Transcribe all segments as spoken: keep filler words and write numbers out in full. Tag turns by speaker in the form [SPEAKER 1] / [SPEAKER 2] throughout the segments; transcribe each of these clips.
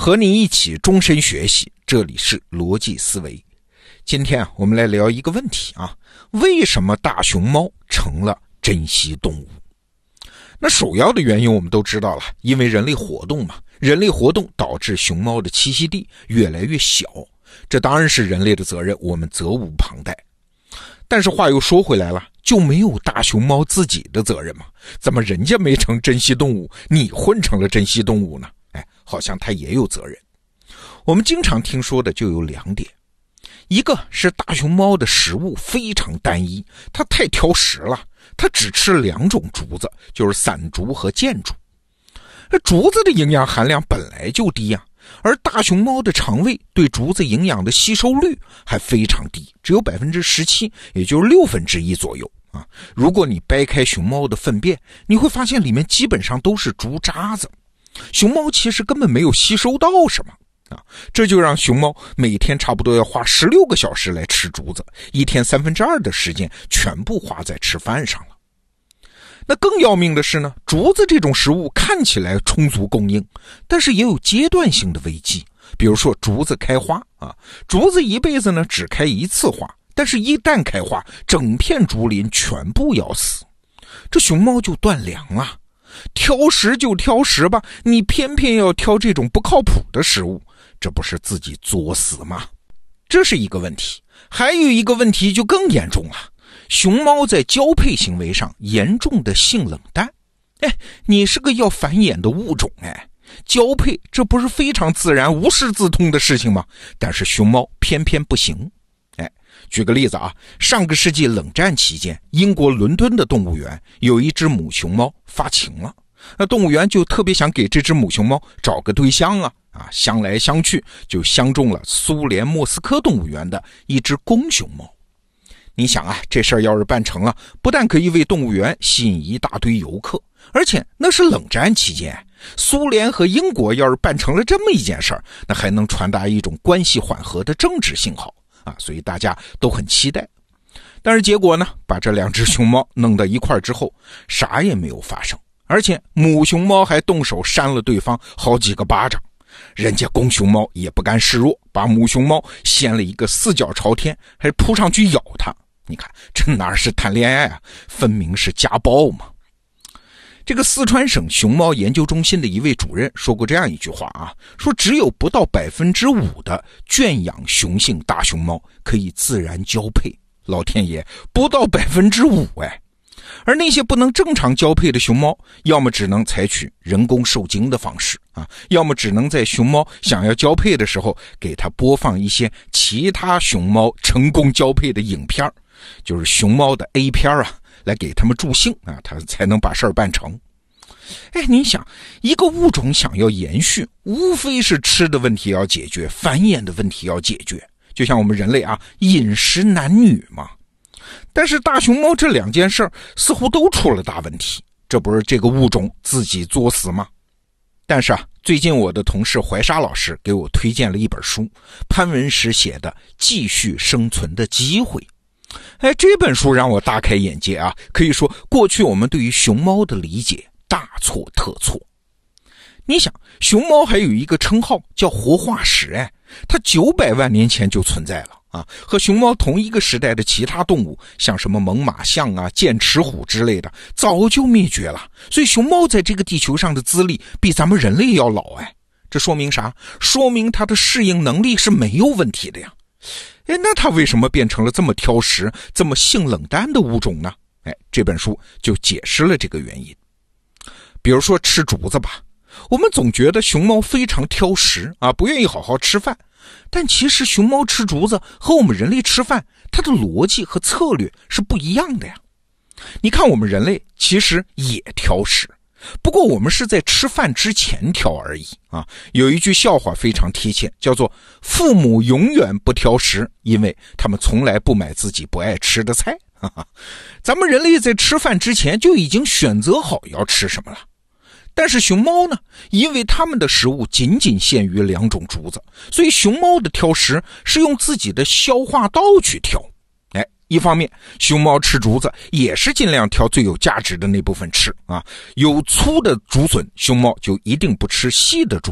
[SPEAKER 1] 和你一起终身学习，这里是逻辑思维。今天啊，我们来聊一个问题啊，为什么大熊猫成了珍稀动物？那首要的原因我们都知道了，因为人类活动嘛，人类活动导致熊猫的栖息地越来越小，这当然是人类的责任，我们责无旁贷。但是话又说回来了，就没有大熊猫自己的责任吗？怎么人家没成珍稀动物，你混成了珍稀动物呢？哎，好像它也有责任。我们经常听说的就有两点，一个是大熊猫的食物非常单一，它太挑食了，它只吃两种竹子，就是伞竹和箭竹。竹子的营养含量本来就低啊，而大熊猫的肠胃对竹子营养的吸收率还非常低，只有 百分之十七， 也就是六分之一左右啊。如果你掰开熊猫的粪便，你会发现里面基本上都是竹渣子，熊猫其实根本没有吸收到什么啊，这就让熊猫每天差不多要花十六个小时来吃竹子，一天三分之二的时间全部花在吃饭上了。那更要命的是呢，竹子这种食物看起来充足供应，但是也有阶段性的危机。比如说竹子开花啊，竹子一辈子呢只开一次花，但是一旦开花，整片竹林全部要死，这熊猫就断粮了。挑食就挑食吧，你偏偏要挑这种不靠谱的食物，这不是自己作死吗？这是一个问题。还有一个问题就更严重了，熊猫在交配行为上严重的性冷淡。哎，你是个要繁衍的物种，哎，交配这不是非常自然无师自通的事情吗？但是熊猫偏偏不行。哎，举个例子啊，上个世纪冷战期间，英国伦敦的动物园有一只母熊猫发情了，那动物园就特别想给这只母熊猫找个对象啊，啊，相来相去就相中了苏联莫斯科动物园的一只公熊猫。你想啊，这事儿要是办成了，不但可以为动物园吸引一大堆游客，而且那是冷战期间，苏联和英国要是办成了这么一件事儿，那还能传达一种关系缓和的政治信号啊，所以大家都很期待。但是结果呢，把这两只熊猫弄到一块之后，啥也没有发生，而且母熊猫还动手扇了对方好几个巴掌，人家公熊猫也不甘示弱，把母熊猫掀了一个四脚朝天，还扑上去咬它。你看这哪是谈恋爱啊，分明是家暴嘛。这个四川省熊猫研究中心的一位主任说过这样一句话啊，说只有不到 百分之五 的圈养雄性大熊猫可以自然交配。老天爷，不到 百分之五 哎！而那些不能正常交配的熊猫，要么只能采取人工受精的方式啊，要么只能在熊猫想要交配的时候给它播放一些其他熊猫成功交配的影片，就是熊猫的 A 片啊，来给他们助兴啊，它才能把事儿办成。哎，你想，一个物种想要延续，无非是吃的问题要解决，繁衍的问题要解决，就像我们人类啊，饮食男女嘛。但是大熊猫这两件事儿似乎都出了大问题，这不是这个物种自己作死吗？但是啊，最近我的同事怀沙老师给我推荐了一本书，潘文石写的《继续生存的机会》。哎，这本书让我大开眼界啊，可以说过去我们对于熊猫的理解大错特错。你想，熊猫还有一个称号叫活化石，哎，它九百万年前就存在了啊，和熊猫同一个时代的其他动物，像什么猛犸象啊、剑齿虎之类的，早就灭绝了。所以熊猫在这个地球上的资历比咱们人类要老，哎，这说明啥？说明它的适应能力是没有问题的呀。哎，那它为什么变成了这么挑食、这么性冷淡的物种呢？哎，这本书就解释了这个原因。比如说吃竹子吧，我们总觉得熊猫非常挑食啊，不愿意好好吃饭。但其实熊猫吃竹子和我们人类吃饭，它的逻辑和策略是不一样的呀。你看我们人类其实也挑食，不过我们是在吃饭之前挑而已啊。有一句笑话非常贴切，叫做父母永远不挑食，因为他们从来不买自己不爱吃的菜。哈哈，咱们人类在吃饭之前就已经选择好要吃什么了。但是熊猫呢，因为它们的食物仅仅限于两种竹子，所以熊猫的挑食是用自己的消化道去挑。哎，一方面熊猫吃竹子也是尽量挑最有价值的那部分吃啊，有粗的竹笋，熊猫就一定不吃细的竹笋，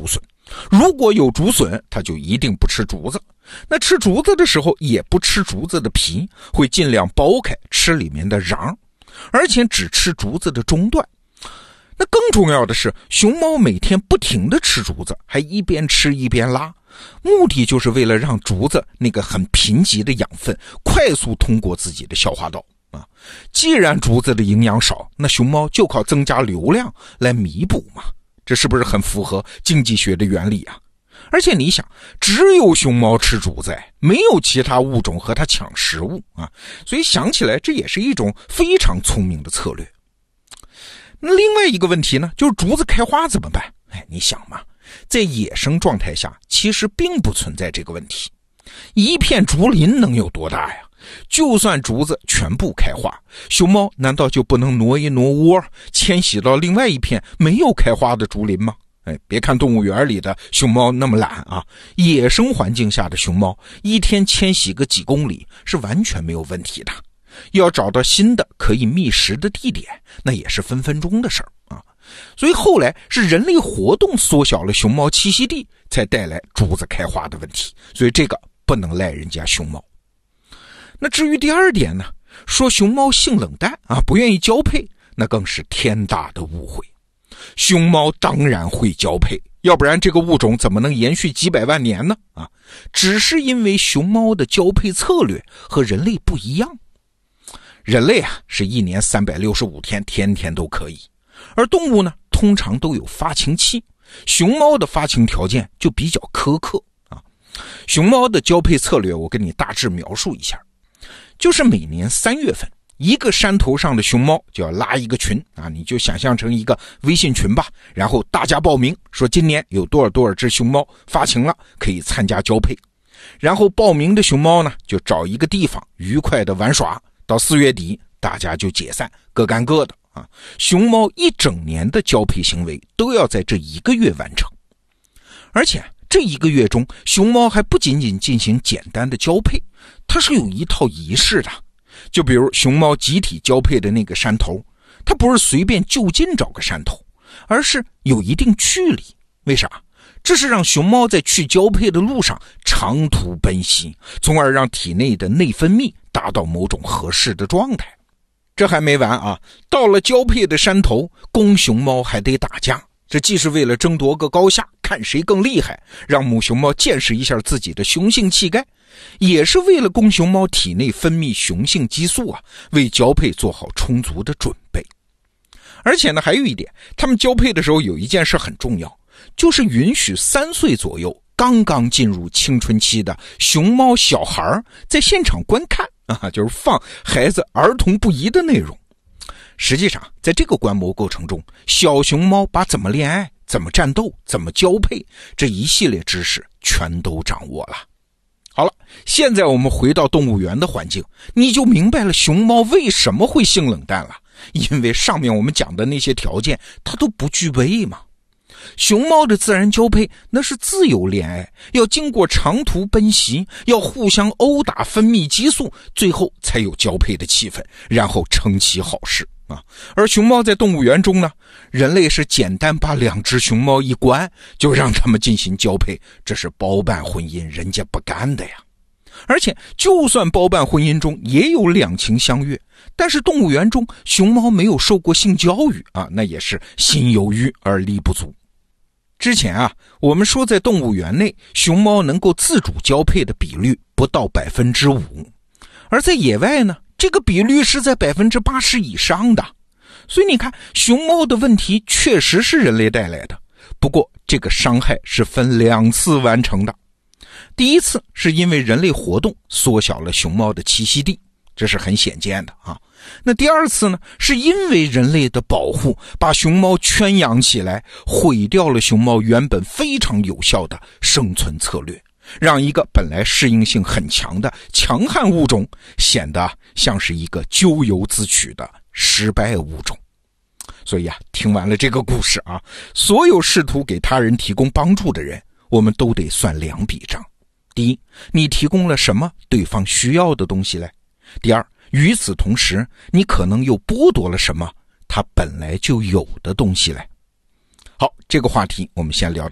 [SPEAKER 1] 如果有竹笋，它就一定不吃竹子。那吃竹子的时候也不吃竹子的皮，会尽量剥开吃里面的瓤，而且只吃竹子的中段。那更重要的是，熊猫每天不停地吃竹子，还一边吃一边拉，目的就是为了让竹子那个很贫瘠的养分快速通过自己的消化道啊。既然竹子的营养少，那熊猫就靠增加流量来弥补嘛，这是不是很符合经济学的原理啊？而且你想，只有熊猫吃竹子，没有其他物种和它抢食物啊，所以想起来这也是一种非常聪明的策略。那另外一个问题呢，就是竹子开花怎么办？哎，你想嘛，在野生状态下其实并不存在这个问题。一片竹林能有多大呀？就算竹子全部开花，熊猫难道就不能挪一挪窝，迁徙到另外一片没有开花的竹林吗？哎，别看动物园里的熊猫那么懒啊，野生环境下的熊猫一天迁徙个几公里是完全没有问题的。要找到新的可以觅食的地点，那也是分分钟的事儿啊。所以后来是人类活动缩小了熊猫栖息地，才带来竹子开花的问题。所以这个不能赖人家熊猫。那至于第二点呢，说熊猫性冷淡啊，不愿意交配，那更是天大的误会。熊猫当然会交配，要不然这个物种怎么能延续几百万年呢？啊，只是因为熊猫的交配策略和人类不一样。人类啊，是一年三百六十五天，天天都可以。而动物呢，通常都有发情期，熊猫的发情条件就比较苛刻啊。熊猫的交配策略，我跟你大致描述一下，就是每年三月份，一个山头上的熊猫就要拉一个群啊，你就想象成一个微信群吧，然后大家报名，说今年有多少多少只熊猫发情了，可以参加交配。然后报名的熊猫呢，就找一个地方愉快的玩耍，到四月底大家就解散，各干各的啊。熊猫一整年的交配行为都要在这一个月完成。而且这一个月中，熊猫还不仅仅进行简单的交配，它是有一套仪式的。就比如熊猫集体交配的那个山头，它不是随便就近找个山头，而是有一定距离。为啥？这是让熊猫在去交配的路上长途奔袭，从而让体内的内分泌达到某种合适的状态。这还没完啊，到了交配的山头，公熊猫还得打架，这既是为了争夺个高下，看谁更厉害，让母熊猫见识一下自己的雄性气概，也是为了公熊猫体内分泌雄性激素啊，为交配做好充足的准备。而且呢，还有一点，他们交配的时候有一件事很重要，就是允许三岁左右刚刚进入青春期的熊猫小孩在现场观看啊，就是放孩子儿童不宜的内容。实际上在这个观摩过程中，小熊猫把怎么恋爱、怎么战斗、怎么交配这一系列知识全都掌握了。好了，现在我们回到动物园的环境，你就明白了熊猫为什么会性冷淡了。因为上面我们讲的那些条件它都不具备嘛。熊猫的自然交配那是自由恋爱，要经过长途奔袭，要互相殴打分泌激素，最后才有交配的气氛，然后成其好事啊。而熊猫在动物园中呢，人类是简单把两只熊猫一关就让他们进行交配，这是包办婚姻，人家不干的呀。而且就算包办婚姻中也有两情相悦，但是动物园中熊猫没有受过性教育啊，那也是心有余而力不足。之前啊，我们说在动物园内熊猫能够自主交配的比率不到 百分之五， 而在野外呢，这个比率是在 百分之八十 以上的。所以你看，熊猫的问题确实是人类带来的，不过这个伤害是分两次完成的。第一次是因为人类活动缩小了熊猫的栖息地，这是很显见的啊。那第二次呢，是因为人类的保护把熊猫圈养起来，毁掉了熊猫原本非常有效的生存策略，让一个本来适应性很强的强悍物种显得像是一个咎由自取的失败物种。所以啊，听完了这个故事啊，所有试图给他人提供帮助的人，我们都得算两笔账。第一，你提供了什么对方需要的东西来？第二，与此同时，你可能又剥夺了什么他本来就有的东西来。好，这个话题我们先聊到这儿。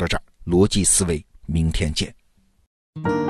[SPEAKER 1] 逻辑思维，明天见。